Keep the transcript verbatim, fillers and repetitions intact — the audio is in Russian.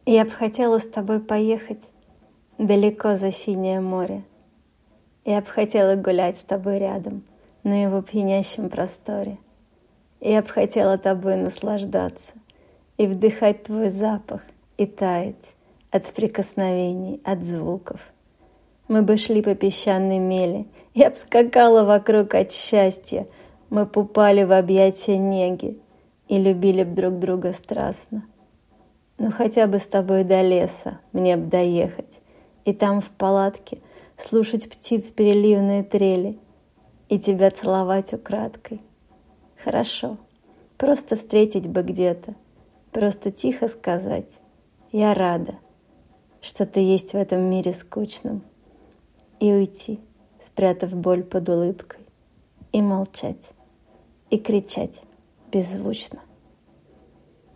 Я б хотела с тобой поехать далеко за синее море. Я б хотела гулять с тобой рядом на его пьянящем просторе. Я б хотела тобой наслаждаться и вдыхать твой запах и таять от прикосновений, от звуков. Мы бы шли по песчаной мели, я б скакала вокруг от счастья, мы б упали в объятия неги и любили б друг друга страстно. Ну хотя бы с тобой до леса мне б доехать, и там в палатке слушать птиц переливные трели и тебя целовать украдкой. Хорошо, просто встретить бы где-то, просто тихо сказать: я рада, что ты есть в этом мире скучном, и уйти, спрятав боль под улыбкой, и молчать, и кричать беззвучно.